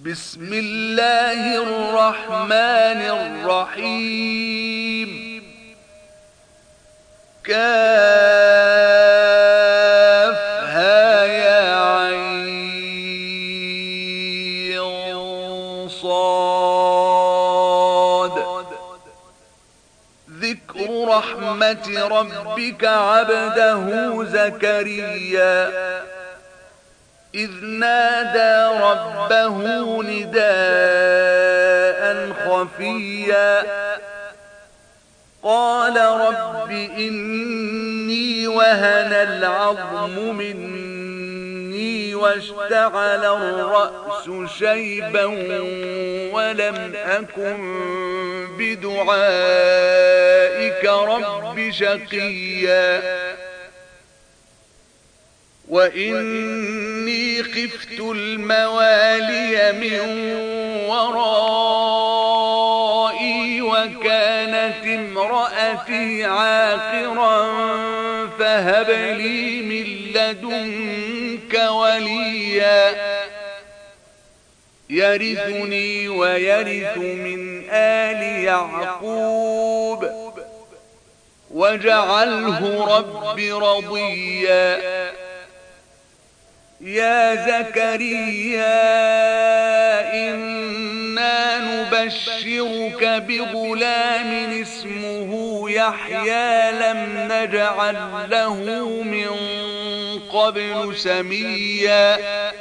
بسم الله الرحمن الرحيم. كافها يا عين صاد. ذكر رحمة ربك عبده زكريا إذ نادى ربه نداء خفيا قال رب إني وهن العظم مني واشتعل الرأس شيبا ولم أكن بدعائك رب شقيا وإني خفت الموالي من ورائي وكانت امرأتي عاقرا فهب لي من لدنك وليا يرثني ويرث من آل يعقوب واجعله رب رضيا يا زكريا إنا نبشرك بغلام اسمه يحيى لم نجعل له من قبل سميا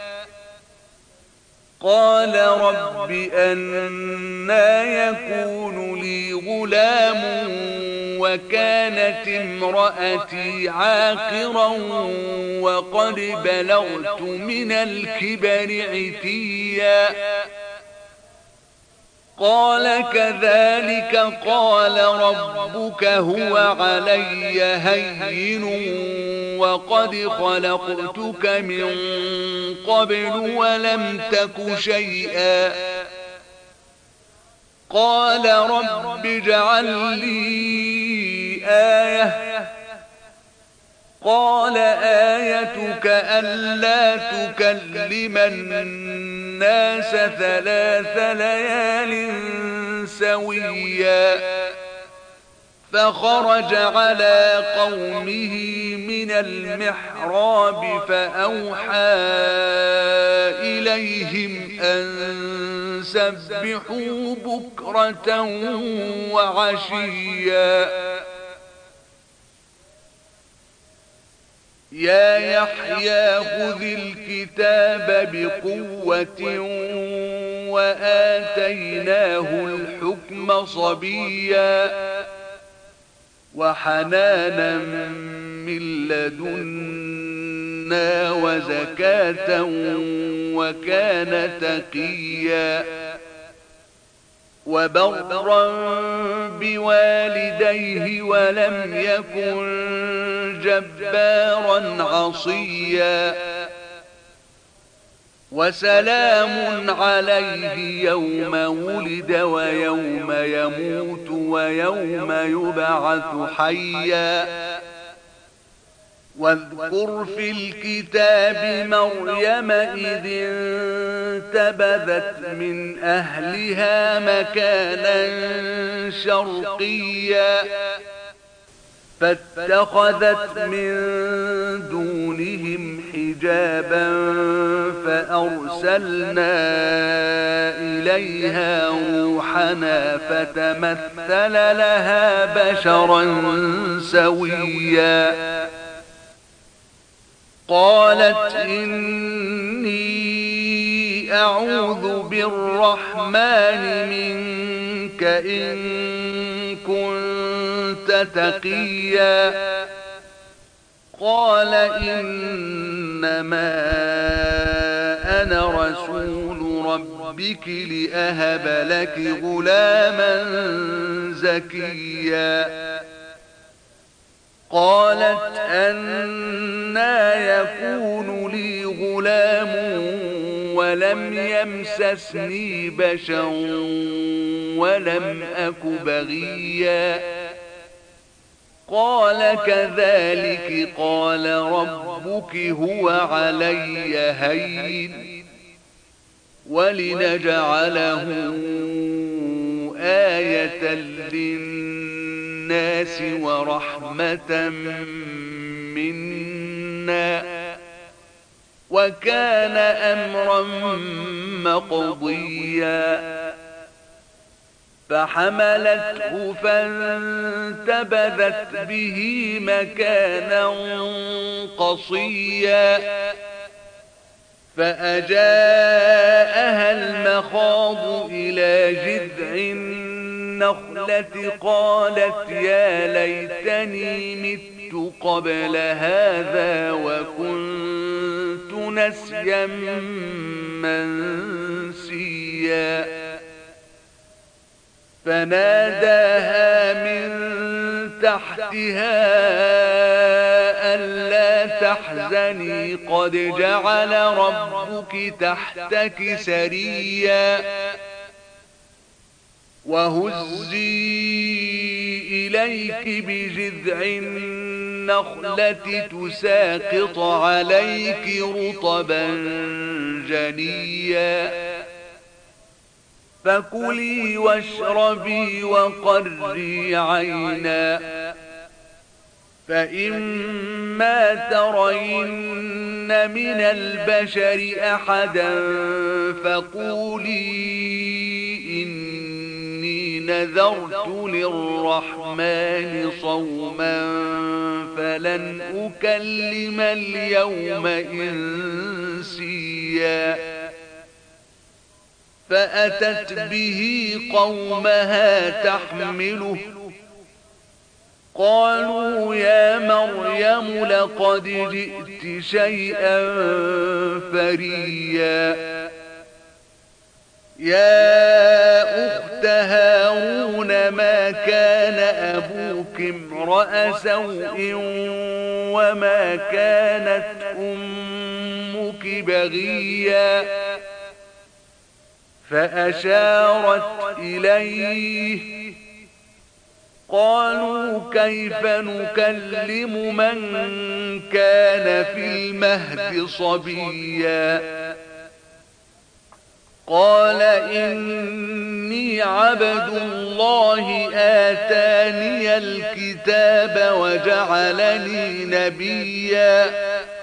قال رب أنى يكون لي غلام وكانت امرأتي عاقرا وقد بلغت من الكبر عتيا قال كذلك قال ربك هو علي هين وقد خلقتك من قبل ولم تك شيئا قال رب اجعل لي آية قال آيتك ألا تكلم الناس 3 ليال سويا فخرج على قومه من المحراب فأوحى إليهم أن سبحوا بكرة وعشيا يا يحيى خذ الكتاب بقوة وآتيناه الحكم صبيا وحنانا من لدنا وزكاة وكان تقيا وبرا بوالديه ولم يكن جبارا عصيا وسلام عليه يوم ولد ويوم يموت ويوم يبعث حيا واذكر في الكتاب مريم إذ انتبذت من أهلها مكانا شرقيا فاتخذت من دونهم حجابا فأرسلنا إليها روحنا فتمثل لها بشرا سويا قالت إني أعوذ بالرحمن منك إن كنت تقيا قال إنما أنا رسول ربك لأهب لك غلاما زكيا قالت أنى يكون لي غلام ولم يمسسني بشر ولم أك بغيا قال كذلك قال ربك هو علي هين ولنجعله آية للناس ورحمة منا وكان أمرا مقضيا فحملته فانتبذت به مكانا قصيا فأجاءها المخاض إلى جذع النخلة قالت يا ليتني مت قبل هذا وكنت نسيا منسيا فناداها من تحتها ألا تحزني قد جعل ربك تحتك سريا وهزي إليك بجذع النخلة تساقط عليك رطبا جنيا فكلي واشربي وقري عينا فإما ترين من البشر أحدا فقولي إني نذرت للرحمن صوما فلن أكلم اليوم إنسيا فأتت به قومها تحمله قالوا يا مريم لقد جئت شيئا فريا يا أخت هارون ما كان أبوك امرأ سوء وما كانت أمك بغيا فأشارت إليه قالوا كيف نكلم من كان في المهد صبيا قال إني عبد الله آتاني الكتاب وجعلني نبيا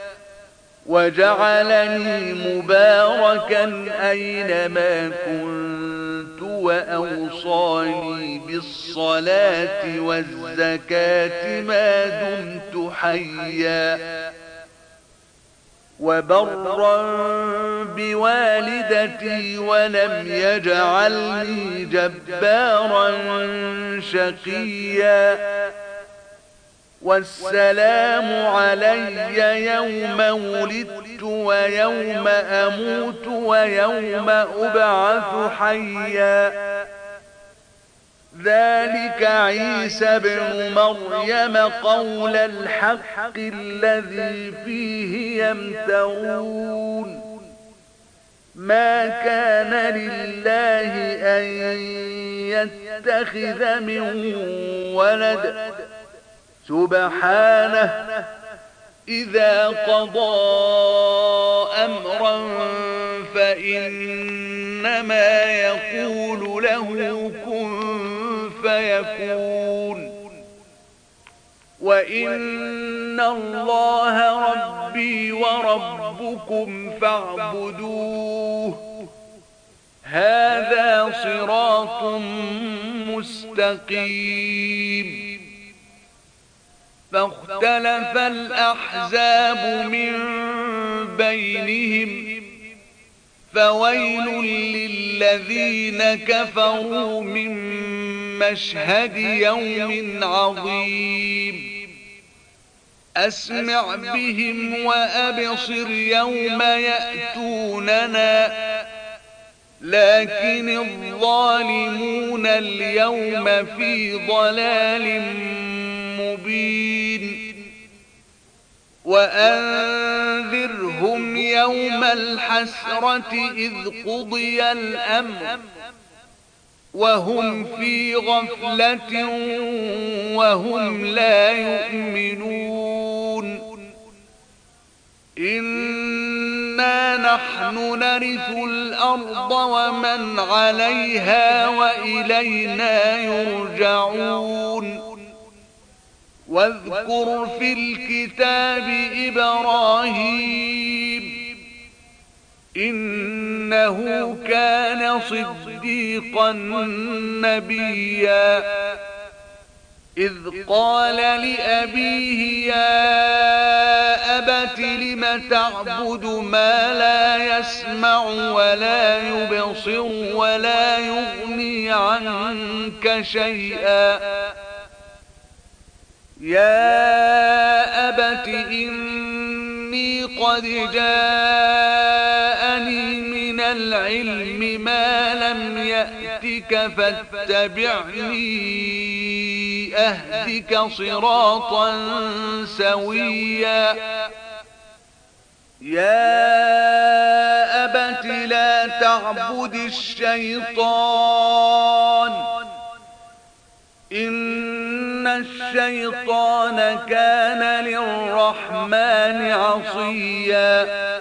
وجعلني مباركا أينما كنت وأوصاني بالصلاة والزكاة ما دمت حيا وبرا بوالدتي ولم يجعلني جبارا شقيا والسلام علي يوم ولدت ويوم أموت ويوم أبعث حيا ذلك عيسى بن مريم قول الحق الذي فيه يمترون ما كان لله أن يتخذ من ولد سبحانه إذا قضى أمرا فإنما يقول له كن فيكون وإن الله ربي وربكم فاعبدوه هذا صراط مستقيم فاختلف الأحزاب من بينهم فويل للذين كفروا من مشهد يوم عظيم أسمع بهم وأبصر يوم يأتوننا لكن الظالمون اليوم في ضلال مبين وأنذرهم يوم الحسرة إذ قضي الأمر وهم في غفلة وهم لا يؤمنون إنا نحن نرث الأرض ومن عليها وإلينا يرجعون واذكر في الكتاب إبراهيم إنه كان صديقا نبيا إذ قال لأبيه يا أبت لم تعبد ما لا يسمع ولا يبصر ولا يغني عنك شيئا يا أبت إني قد جاءني من العلم ما لم يأتك فاتبعني أهدك صراطا سويا يا أبت لا تعبد الشيطان إن الشيطان كان للرحمن عصيا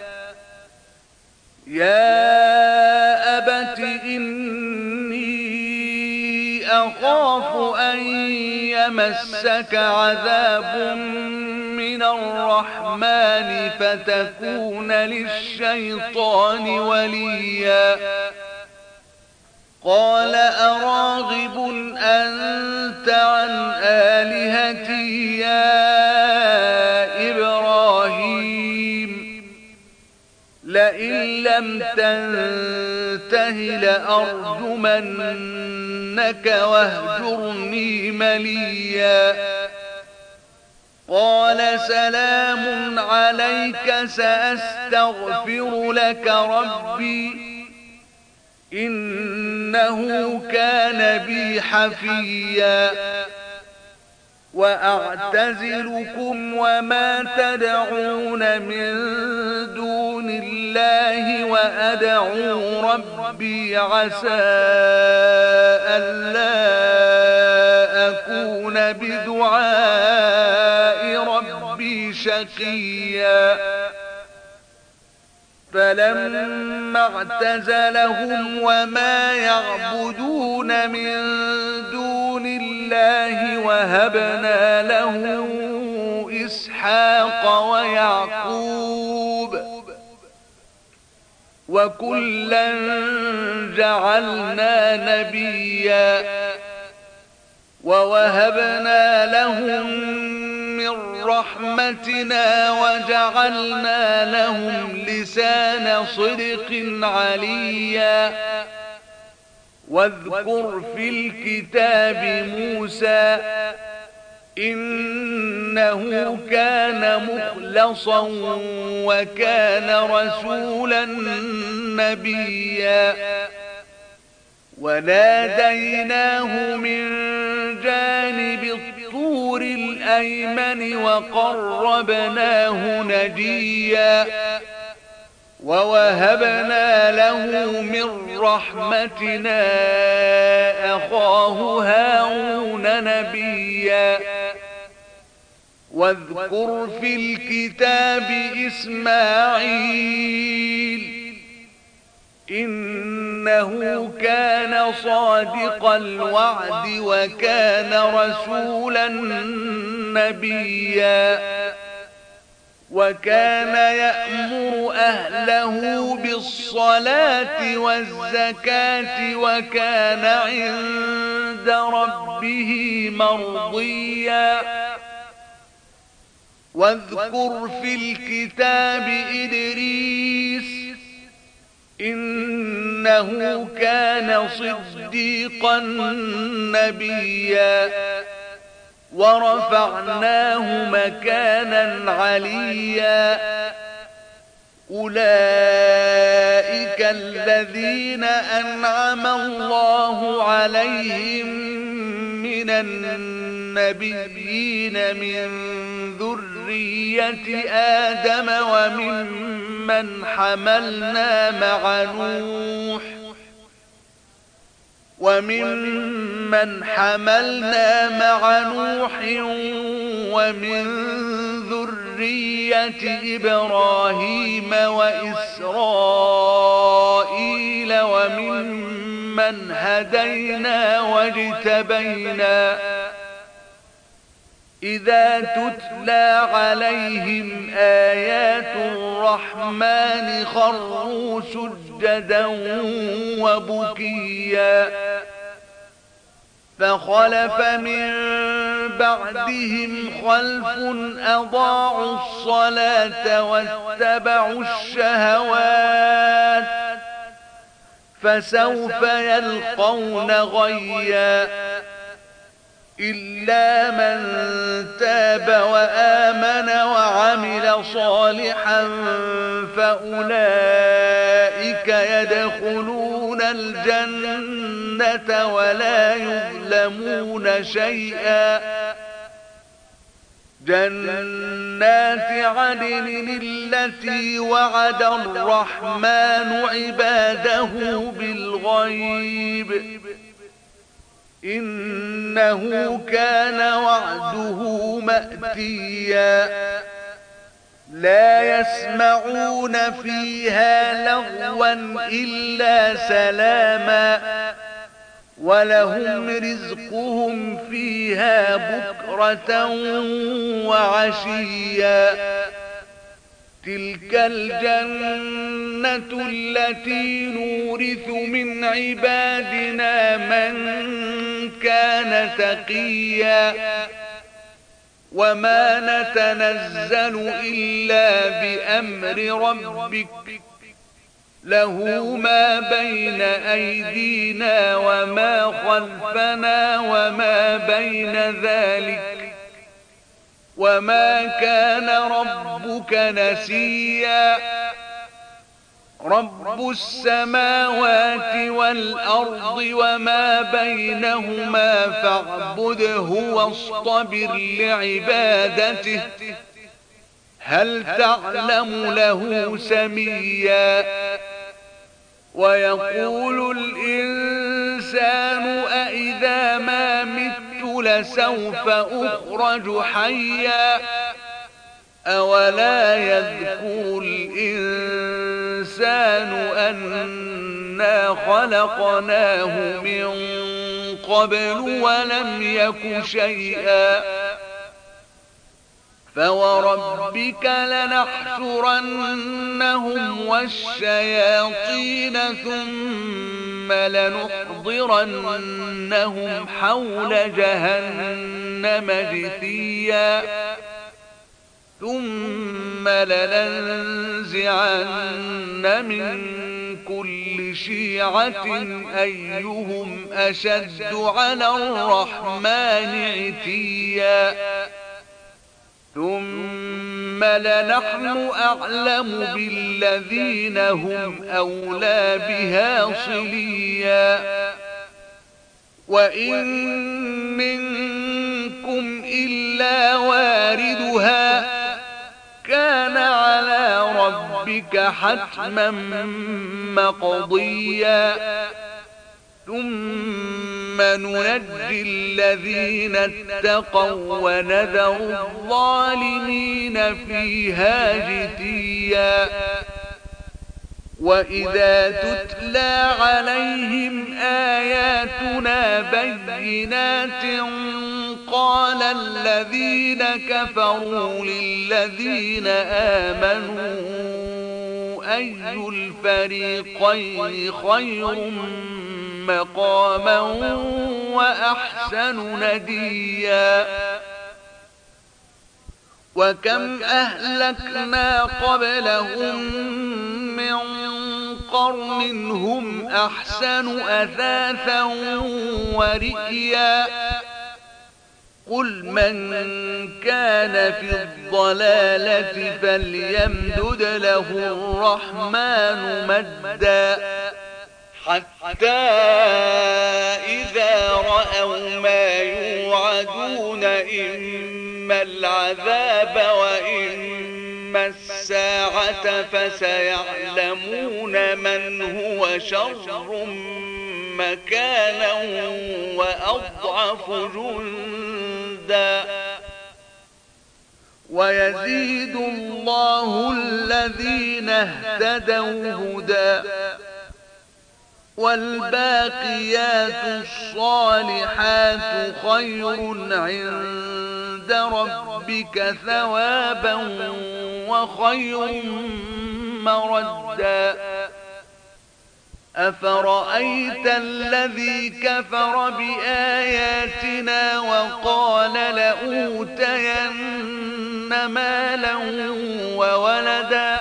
يا أبت إني أخاف أن يمسك عذاب من الرحمن فتكون للشيطان وليا قال أراغب أنت عن آلهتي يا إبراهيم لئن لم تنته لأرجمنك واهجرني مليا قال سلام عليك سأستغفر لك ربي إنه كان بي حفيا وأعتزلكم وما تدعون من دون الله وأدعو ربي عسى ألا أكون بدعاء ربي شقيا فلما اعتزلهم وما يعبدون من دون الله وهبنا له إسحاق ويعقوب وكلا جعلنا نبيا ووهبنا لهم من رحمتنا وجعلنا لهم لسان صدق عليا واذكر في الكتاب موسى إنه كان مخلصا وكان رسولا نبيا وناديناه من جانب الطور الأيمن وقربناه نجيا ووهبنا له من رحمتنا أخاه هارون نبيا واذكر في الكتاب إسماعيل إنه كان صادق الوعد وكان رسولا نبيا وكان يأمر أهله بالصلاة والزكاة وكان عند ربه مرضيا واذكر في الكتاب إدريس إنه كان صديقا نبيا ورفعناه مكانا عليا أولئك الذين أنعم الله عليهم من النبيين من ذرية آدم وممن حملنا مع نوح ومن ذرية ذرية إبراهيم وإسرائيل وممن هدينا واجتبينا إذا تتلى عليهم آيات الرحمن خروا سجدا وبكيا فخلف من بعدهم خلف أضاعوا الصلاة واتبعوا الشهوات فسوف يلقون غيا إلا من تاب وآمن وعمل صالحا فأولئك يدخلون الجنة ولا يظلمون شيئا جنات عدن التي وعد الرحمن عباده بالغيب إنه كان وعده مأتيا لا يسمعون فيها لغوا إلا سلاما ولهم رزقهم فيها بكرة وعشيا تلك الجنة التي نورث من عبادنا من كان تقيا وما نتنزل إلا بأمر ربك له ما بين أيدينا وما خلفنا وما بين ذلك وما كان ربك نسيا رب السماوات والأرض وما بينهما فاعبده واصطبر لعبادته هل تعلم له سميا ويقول الإنسان أإذا ما مت لسوف أخرج حيا أولا يذكر الإنسان أنا خلقناه من قبل ولم يك شيئا فوربك لنحشرنهم والشياطين ثم لنحضرنهم حول جهنم جثيا ثم لننزعن من كل شيعة أيهم أشد على الرحمن عتيا ثم لنحن أعلم بالذين هم أولى بها صليا وإن منكم إلا واردها كان على ربك حتما مقضيا ثم ننجي الذين اتقوا ونذر الظالمين فيها جثيا وإذا تتلى عليهم آياتنا بينات قال الذين كفروا للذين آمنوا أي الفريقين خير مقاما وأحسن نديا وكم أهلكنا قبلهم من قرن هم أحسن أثاثا ورئيا قل من كان في الضلالة فليمدد له الرحمن مدا حتى إذا رأوا ما يوعدون إما العذاب وإما الساعة فسيعلمون من هو شر مكانا وأضعف جندا ويزيد الله الذين اهتدوا هدى والباقيات الصالحات خير عند ربك ثوابا وخير مردا أفرأيت الذي كفر بآياتنا وقال لأوتين مالا وولدا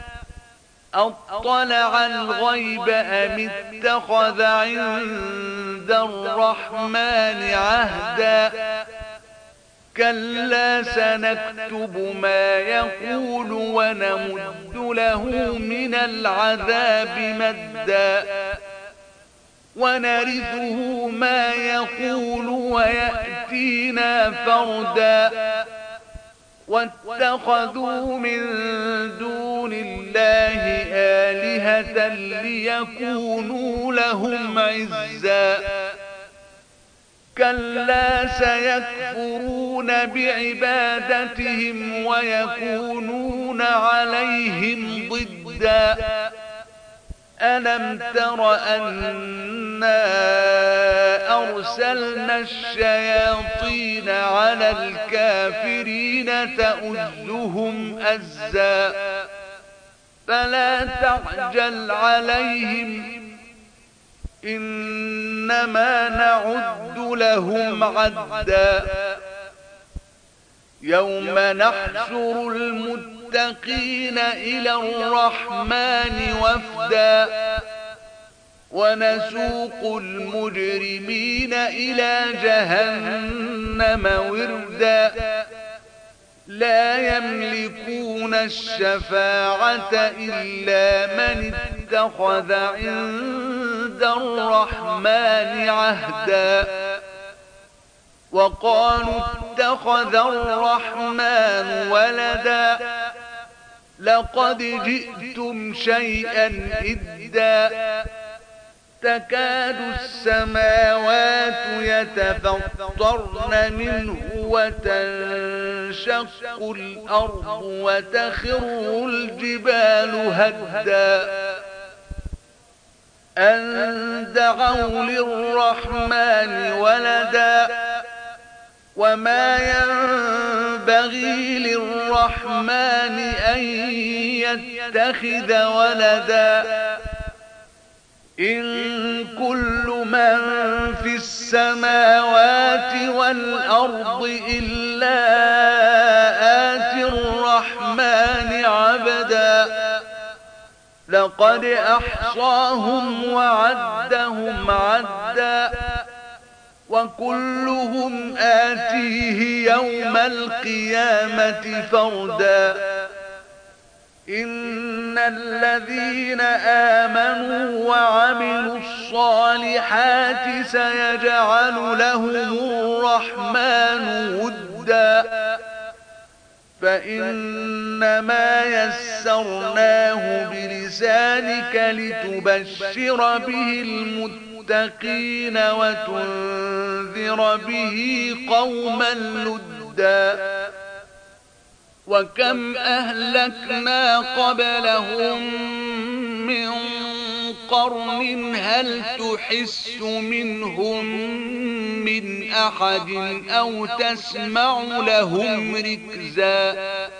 أطلع الغيب أم اتخذ عند الرحمن عهدا كلا سنكتب ما يقول ونمد له من العذاب مدا ونرثه ما يقول ويأتينا فردا واتخذوا من دون الله آلهة ليكونوا لهم عزا كلا سيكفرون بعبادتهم ويكونون عليهم ضدا ألم تر أنا أرسلنا الشياطين على الكافرين تؤزهم أزا فلا تعجل عليهم إنما نعد لهم عدا يوم نحشر المتقين إلى الرحمن وفدا ونسوق المجرمين إلى جهنم وردا لا يملكون الشفاعة إلا من اتخذ عند الرحمن عهدا وقالوا اتخذ الرحمن ولدا لقد جئتم شيئا إدا تكاد السماوات يتفطرن منه وتنشق الأرض وتخر الجبال هدا أن دعوا للرحمن ولدا وما ينبغي للرحمن أن يتخذ ولدا إن كل من في السماوات والأرض إلا آتي الرحمن عبدا لقد أحصاهم وعدهم عدا وكلهم آتيه يوم القيامة فردا إن الذين آمنوا وعملوا الصالحات سيجعل لهم الرحمن ودا فإنما يسرناه بلسانك لتبشر به المتقين وتنذر به قوما لدا وكم أهلكنا قبلهم من قرن هل تحس منهم من أحد أو تسمع لهم ركزا